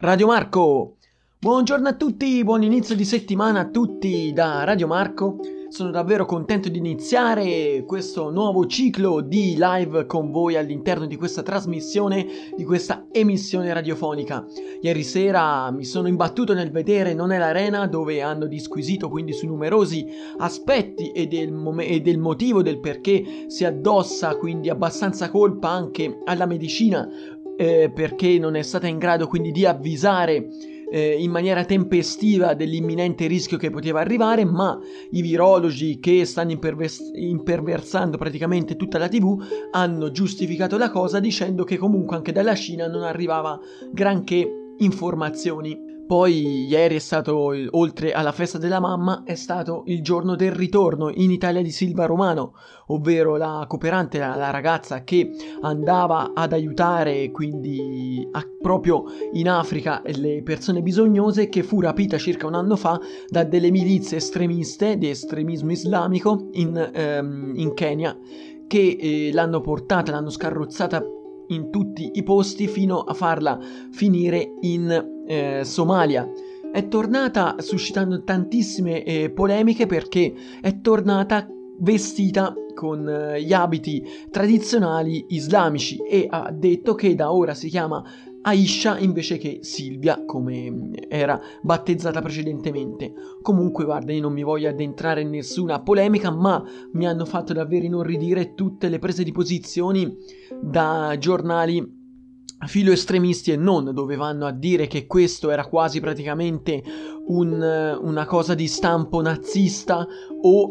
Radio Marco. Buongiorno a tutti, buon inizio di settimana a tutti da Radio Marco. Sono davvero contento di iniziare questo nuovo ciclo di live con voi all'interno di questa trasmissione, di questa emissione radiofonica. Ieri sera mi sono imbattuto nel vedere Non è l'Arena, dove hanno disquisito quindi su numerosi aspetti e del motivo del perché si addossa quindi abbastanza colpa anche alla medicina, perché non è stata in grado quindi di avvisare in maniera tempestiva dell'imminente rischio che poteva arrivare, ma i virologi che stanno imperversando praticamente tutta la TV hanno giustificato la cosa dicendo che comunque anche dalla Cina non arrivava granché informazioni. Poi ieri è stato, oltre alla festa della mamma, è stato il giorno del ritorno in Italia di Silvia Romano, ovvero la cooperante, la ragazza che andava ad aiutare quindi proprio in Africa le persone bisognose, che fu rapita circa un anno fa da delle milizie estremiste di estremismo islamico in Kenya, che l'hanno scarrozzata in tutti i posti fino a farla finire in Somalia. È tornata suscitando tantissime polemiche, perché è tornata vestita con gli abiti tradizionali islamici e ha detto che da ora si chiama Aisha invece che Silvia, come era battezzata precedentemente. Comunque guarda, io non mi voglio addentrare in nessuna polemica, ma mi hanno fatto davvero inorridire tutte le prese di posizioni da giornali filo estremisti e non, dove vanno a dire che questo era quasi praticamente una cosa di stampo nazista o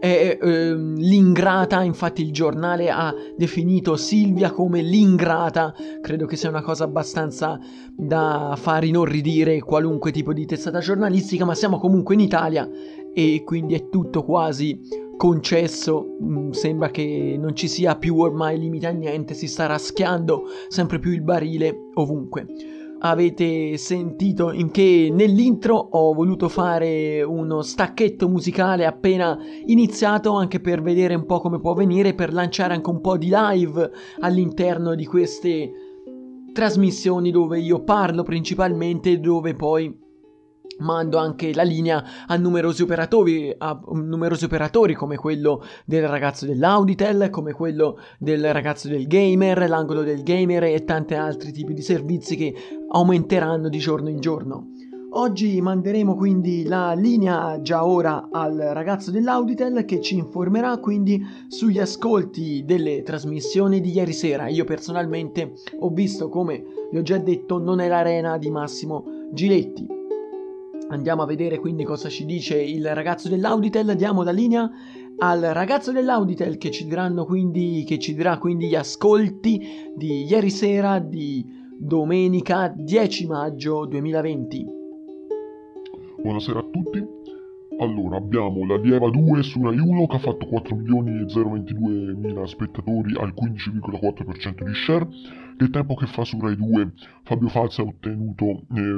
l'ingrata. Infatti il giornale ha definito Silvia come l'ingrata. Credo che sia una cosa abbastanza da far inorridire qualunque tipo di testata giornalistica, ma siamo comunque in Italia e quindi è tutto quasi concesso. Sembra che non ci sia più ormai limite a niente, si sta raschiando sempre più il barile ovunque. Avete sentito in che nell'intro ho voluto fare uno stacchetto musicale appena iniziato, anche per vedere un po' come può venire, per lanciare anche un po' di live all'interno di queste trasmissioni dove io parlo principalmente, dove poi mando anche la linea a numerosi operatori come quello del ragazzo dell'Auditel, come quello del ragazzo del gamer, l'angolo del gamer e tanti altri tipi di servizi che aumenteranno di giorno in giorno. Oggi manderemo quindi la linea già ora al ragazzo dell'Auditel, che ci informerà quindi sugli ascolti delle trasmissioni di ieri sera. Io personalmente ho visto, come vi ho già detto, Non è l'Arena di Massimo Giletti. Andiamo a vedere quindi cosa ci dice il ragazzo dell'Auditel. Diamo la linea al ragazzo dell'Auditel che ci dirà quindi gli ascolti di ieri sera, di domenica 10 maggio 2020. Buonasera a tutti. Allora, abbiamo la Lieva 2 su Rai 1 che ha fatto 4.022.000 spettatori al 15,4% di share. Nel tempo che fa su Rai 2 Fabio Fazio ha ottenuto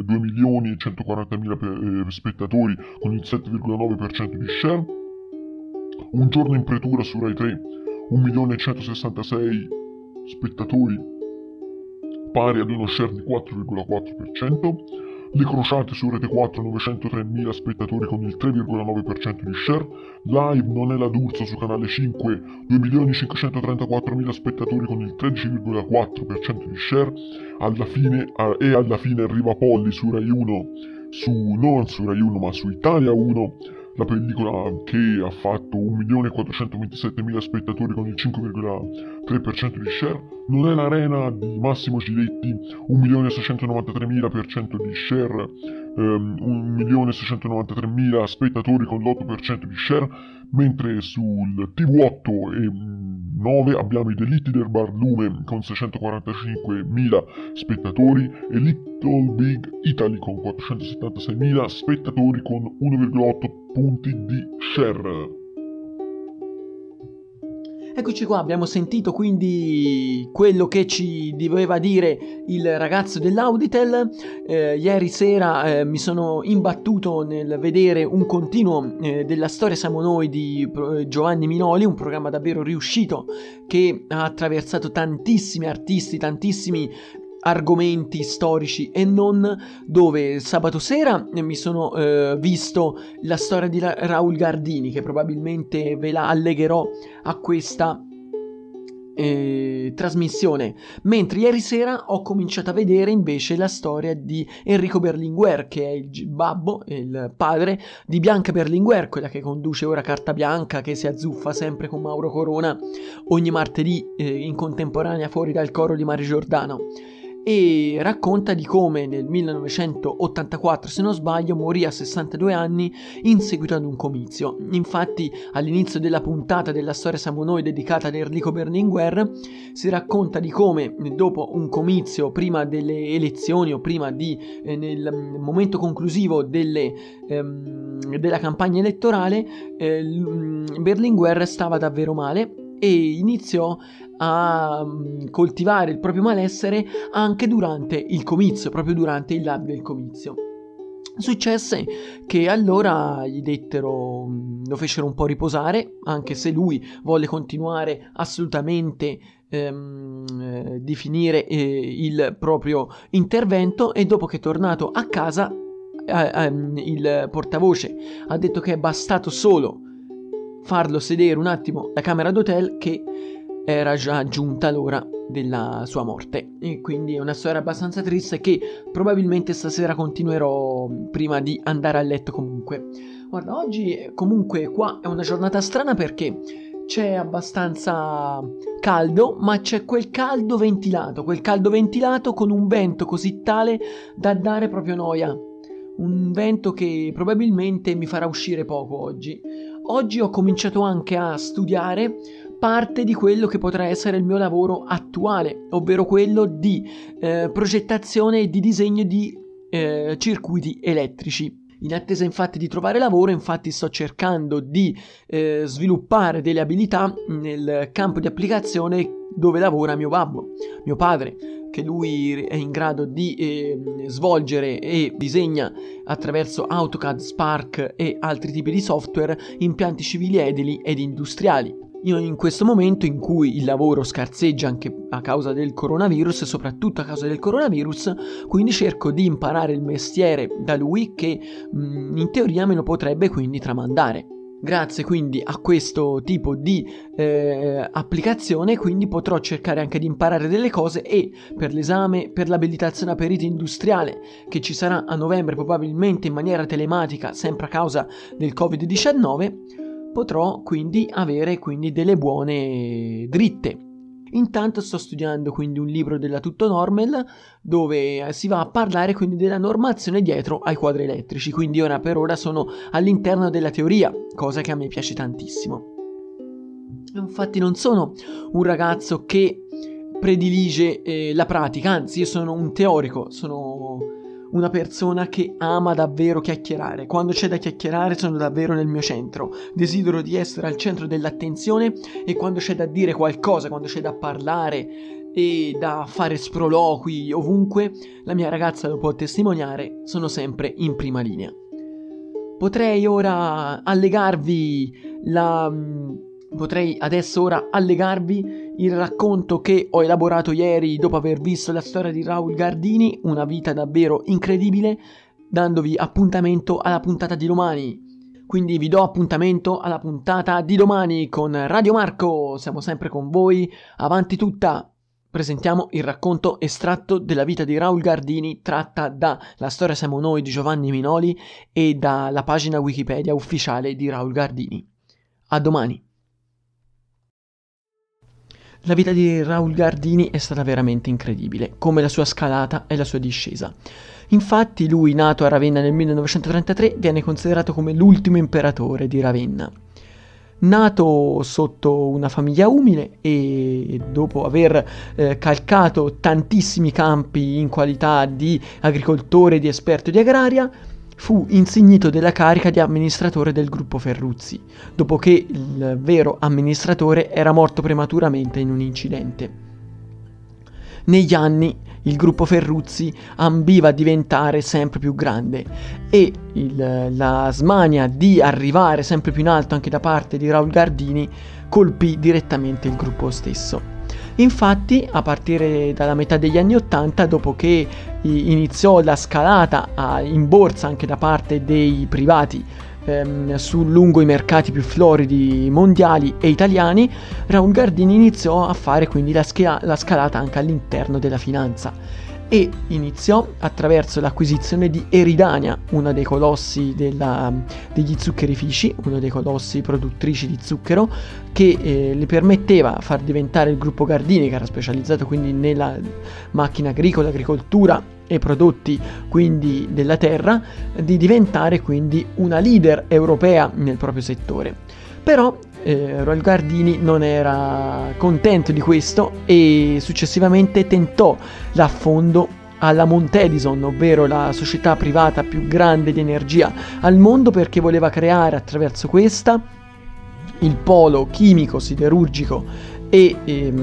2.140.000 spettatori con il 7,9% di share. Un giorno in pretura su Rai 3 1.166.000 spettatori, pari ad uno share di 4,4%. Le Crociate su Rete 4 903.000 spettatori con il 3,9% di share. Live Non è la D'Urso su Canale 5 2.534.000 spettatori con il 13,4% di share. Alla fine arriva Polly su Rai 1, non su Rai 1 ma su Italia 1, la pellicola che ha fatto 1.427.000 spettatori con il 5,3% di share. Non è l'Arena di Massimo Giletti, 1.693.000% di share, 1.693.000 spettatori con l'8% di share, mentre sul TV8 e 9 abbiamo i Delitti del Barlume con 645.000 spettatori e Little Big Italy con 476.000 spettatori con 1,8 punti di share. Eccoci qua, abbiamo sentito quindi quello che ci doveva dire il ragazzo dell'Auditel. Ieri sera mi sono imbattuto nel vedere un continuo della Storia Siamo Noi di Giovanni Minoli, un programma davvero riuscito che ha attraversato tantissimi artisti, tantissimi argomenti storici e non, dove sabato sera mi sono visto la storia di Raul Gardini, che probabilmente ve la allegherò a questa trasmissione, mentre ieri sera ho cominciato a vedere invece la storia di Enrico Berlinguer, che è il babbo, il padre di Bianca Berlinguer, quella che conduce ora Carta Bianca, che si azzuffa sempre con Mauro Corona ogni martedì in contemporanea fuori dal coro di Mare Giordano, e racconta di come nel 1984, se non sbaglio, morì a 62 anni in seguito ad un comizio. Infatti, all'inizio della puntata della Storia Siamo Noi dedicata ad Enrico Berlinguer, si racconta di come dopo un comizio, prima delle elezioni o prima di nel momento conclusivo della campagna elettorale, Berlinguer stava davvero male e iniziò a coltivare il proprio malessere anche durante il comizio, proprio durante il live del comizio. Successe che allora lo fecero un po' riposare, anche se lui volle continuare assolutamente di finire il proprio intervento, e dopo che è tornato a casa il portavoce ha detto che è bastato solo farlo sedere un attimo alla camera d'hotel che era già giunta l'ora della sua morte. E quindi è una storia abbastanza triste che probabilmente stasera continuerò prima di andare a letto. Comunque, guarda, oggi comunque qua è una giornata strana perché c'è abbastanza caldo, ma c'è quel caldo ventilato con un vento così tale da dare proprio noia. Un vento che probabilmente mi farà uscire poco oggi. Oggi ho cominciato anche a studiare parte di quello che potrà essere il mio lavoro attuale, ovvero quello di progettazione e di disegno di circuiti elettrici. In attesa infatti di trovare lavoro, infatti sto cercando di sviluppare delle abilità nel campo di applicazione dove lavora mio padre, che lui è in grado di svolgere e disegna attraverso AutoCAD, Spark e altri tipi di software impianti civili edili ed industriali. Io in questo momento in cui il lavoro scarseggia anche a causa del coronavirus, e soprattutto a causa del coronavirus, quindi cerco di imparare il mestiere da lui, che in teoria me lo potrebbe quindi tramandare. Grazie quindi a questo tipo di applicazione quindi potrò cercare anche di imparare delle cose, e per l'esame per l'abilitazione a perito industriale che ci sarà a novembre, probabilmente in maniera telematica sempre a causa del Covid-19, potrò quindi avere quindi delle buone dritte. Intanto sto studiando quindi un libro della Tutto Normel, dove si va a parlare quindi della normazione dietro ai quadri elettrici, quindi ora per ora sono all'interno della teoria, cosa che a me piace tantissimo. Infatti non sono un ragazzo che predilige la pratica, anzi io sono un teorico, sono una persona che ama davvero chiacchierare. Quando c'è da chiacchierare sono davvero nel mio centro, desidero di essere al centro dell'attenzione, e quando c'è da dire qualcosa, quando c'è da parlare e da fare sproloqui ovunque, la mia ragazza lo può testimoniare, sono sempre in prima linea. Potrei adesso ora allegarvi il racconto che ho elaborato ieri dopo aver visto la storia di Raul Gardini, una vita davvero incredibile, dandovi appuntamento alla puntata di domani. Quindi vi do appuntamento alla puntata di domani con Radio Marco, siamo sempre con voi, avanti tutta! Presentiamo il racconto estratto della vita di Raul Gardini, tratta da La Storia Siamo Noi di Giovanni Minoli e dalla pagina Wikipedia ufficiale di Raul Gardini. A domani! La vita di Raul Gardini è stata veramente incredibile, come la sua scalata e la sua discesa. Infatti lui, nato a Ravenna nel 1933, viene considerato come l'ultimo imperatore di Ravenna. Nato sotto una famiglia umile e dopo aver calcato tantissimi campi in qualità di agricoltore e di esperto di agraria, fu insignito della carica di amministratore del gruppo Ferruzzi, dopo che il vero amministratore era morto prematuramente in un incidente. Negli anni il gruppo Ferruzzi ambiva a diventare sempre più grande e la smania di arrivare sempre più in alto anche da parte di Raul Gardini colpì direttamente il gruppo stesso. Infatti, a partire dalla metà degli anni '80, dopo che iniziò la scalata in borsa anche da parte dei privati lungo i mercati più floridi mondiali e italiani, Raul Gardini iniziò a fare quindi la scalata anche all'interno della finanza e iniziò attraverso l'acquisizione di Eridania, uno dei colossi degli zuccherifici, uno dei colossi produttrici di zucchero, che le permetteva far diventare il gruppo Gardini, che era specializzato quindi nella macchina agricola, agricoltura e prodotti quindi della terra, di diventare quindi una leader europea nel proprio settore. Però Raul Gardini non era contento di questo e successivamente tentò l'affondo alla Mount Edison, ovvero la società privata più grande di energia al mondo, perché voleva creare attraverso questa il polo chimico, siderurgico e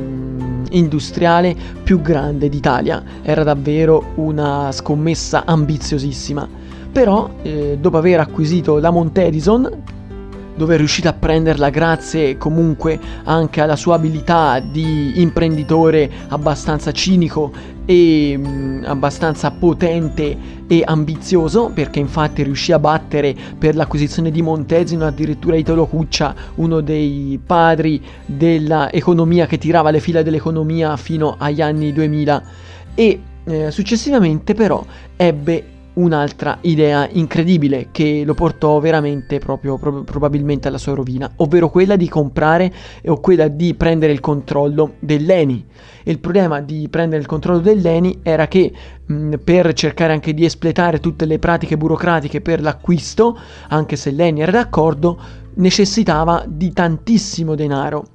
industriale più grande d'Italia. Era davvero una scommessa ambiziosissima. Però dopo aver acquisito la Mount Edison, dove è riuscito a prenderla grazie comunque anche alla sua abilità di imprenditore abbastanza cinico e abbastanza potente e ambizioso, perché infatti riuscì a battere per l'acquisizione di Mount Edison addirittura Italo Cuccia, uno dei padri dell'economia, che tirava le fila dell'economia fino agli anni 2000, e successivamente però ebbe un'altra idea incredibile che lo portò veramente proprio probabilmente alla sua rovina, ovvero quella di comprare o quella di prendere il controllo dell'ENI. Il problema di prendere il controllo dell'ENI era che per cercare anche di espletare tutte le pratiche burocratiche per l'acquisto, anche se l'ENI era d'accordo, necessitava di tantissimo denaro.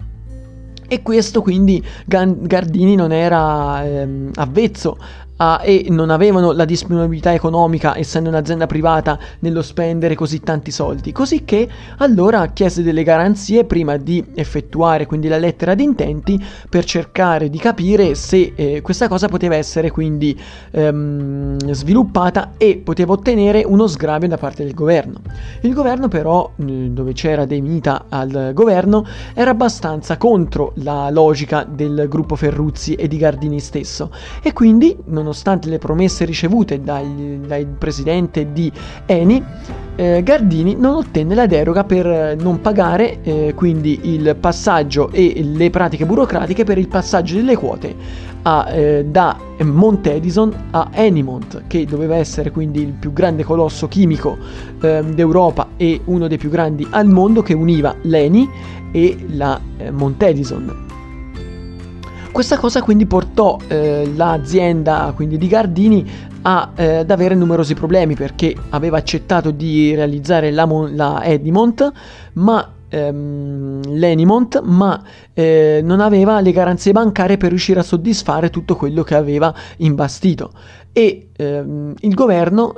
E questo quindi Gardini non era avvezzo e non avevano la disponibilità economica, essendo un'azienda privata, nello spendere così tanti soldi, così che allora chiese delle garanzie prima di effettuare quindi la lettera di intenti, per cercare di capire se questa cosa poteva essere quindi sviluppata e poteva ottenere uno sgravio da parte del governo. Il governo però, dove c'era De Mita al governo, era abbastanza contro la logica del gruppo Ferruzzi e di Gardini stesso, e quindi, nonostante le promesse ricevute dal presidente di ENI, Gardini non ottenne la deroga per non pagare quindi il passaggio e le pratiche burocratiche per il passaggio delle quote da Mount Edison a Enimont, che doveva essere quindi il più grande colosso chimico d'Europa e uno dei più grandi al mondo, che univa l'ENI e la Mount Edison. Questa cosa quindi portò l'azienda quindi di Gardini ad avere numerosi problemi, perché aveva accettato di realizzare la Enimont, ma l'Enimont, ma non aveva le garanzie bancarie per riuscire a soddisfare tutto quello che aveva imbastito, e il governo,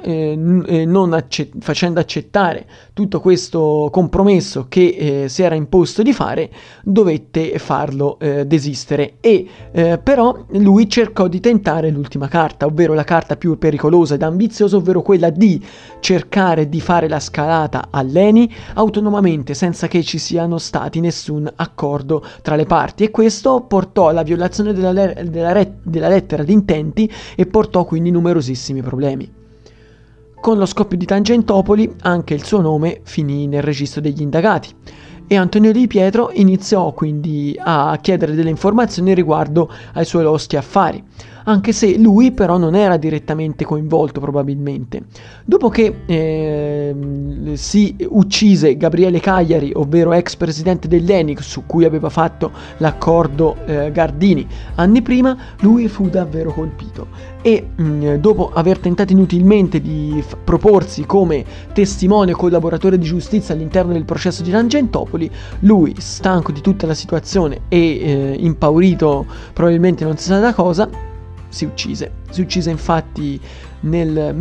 facendo accettare tutto questo compromesso che si era imposto di fare, dovette farlo desistere, e però lui cercò di tentare l'ultima carta, ovvero la carta più pericolosa ed ambiziosa, ovvero quella di cercare di fare la scalata all'ENI autonomamente, senza che ci siano stati nessun accordo tra le parti, e questo portò alla violazione della lettera di intenti e portò quindi numerosissimi problemi. Con lo scoppio di Tangentopoli anche il suo nome finì nel registro degli indagati, e Antonio Di Pietro iniziò quindi a chiedere delle informazioni riguardo ai suoi loschi affari, anche se lui però non era direttamente coinvolto probabilmente. Dopo che si uccise Gabriele Cagliari, ovvero ex presidente dell'ENI, su cui aveva fatto l'accordo Gardini anni prima, lui fu davvero colpito, e dopo aver tentato inutilmente di proporsi come testimone o collaboratore di giustizia all'interno del processo di Tangentopoli, lui, stanco di tutta la situazione e impaurito probabilmente non si sa da cosa, si uccise. Si uccise infatti nel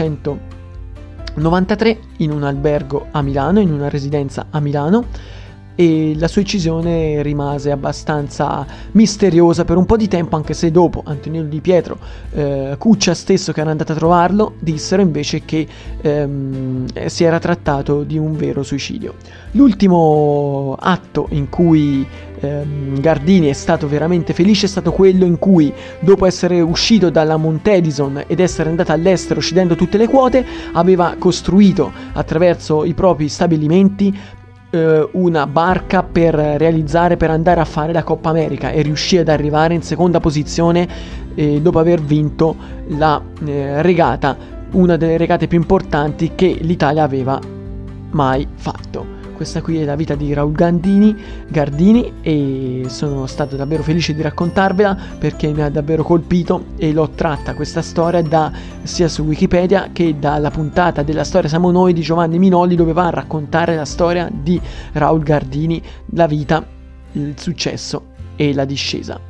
1993 in un albergo a Milano, in una residenza a Milano, e la sua uccisione rimase abbastanza misteriosa per un po' di tempo, anche se dopo Antonino Di Pietro, Cuccia stesso che era andato a trovarlo, dissero invece che si era trattato di un vero suicidio. L'ultimo atto in cui Gardini è stato veramente felice è stato quello in cui, dopo essere uscito dalla Mount Edison ed essere andato all'estero cedendo tutte le quote, aveva costruito attraverso i propri stabilimenti una barca per andare a fare la Coppa America, e riuscì ad arrivare in seconda posizione dopo aver vinto la regata, una delle regate più importanti che l'Italia aveva mai fatto. Questa qui è la vita di Raul Gardini e sono stato davvero felice di raccontarvela perché mi ha davvero colpito, e l'ho tratta questa storia sia su Wikipedia che dalla puntata della Storia Siamo Noi di Giovanni Minolli, dove va a raccontare la storia di Raul Gardini, la vita, il successo e la discesa.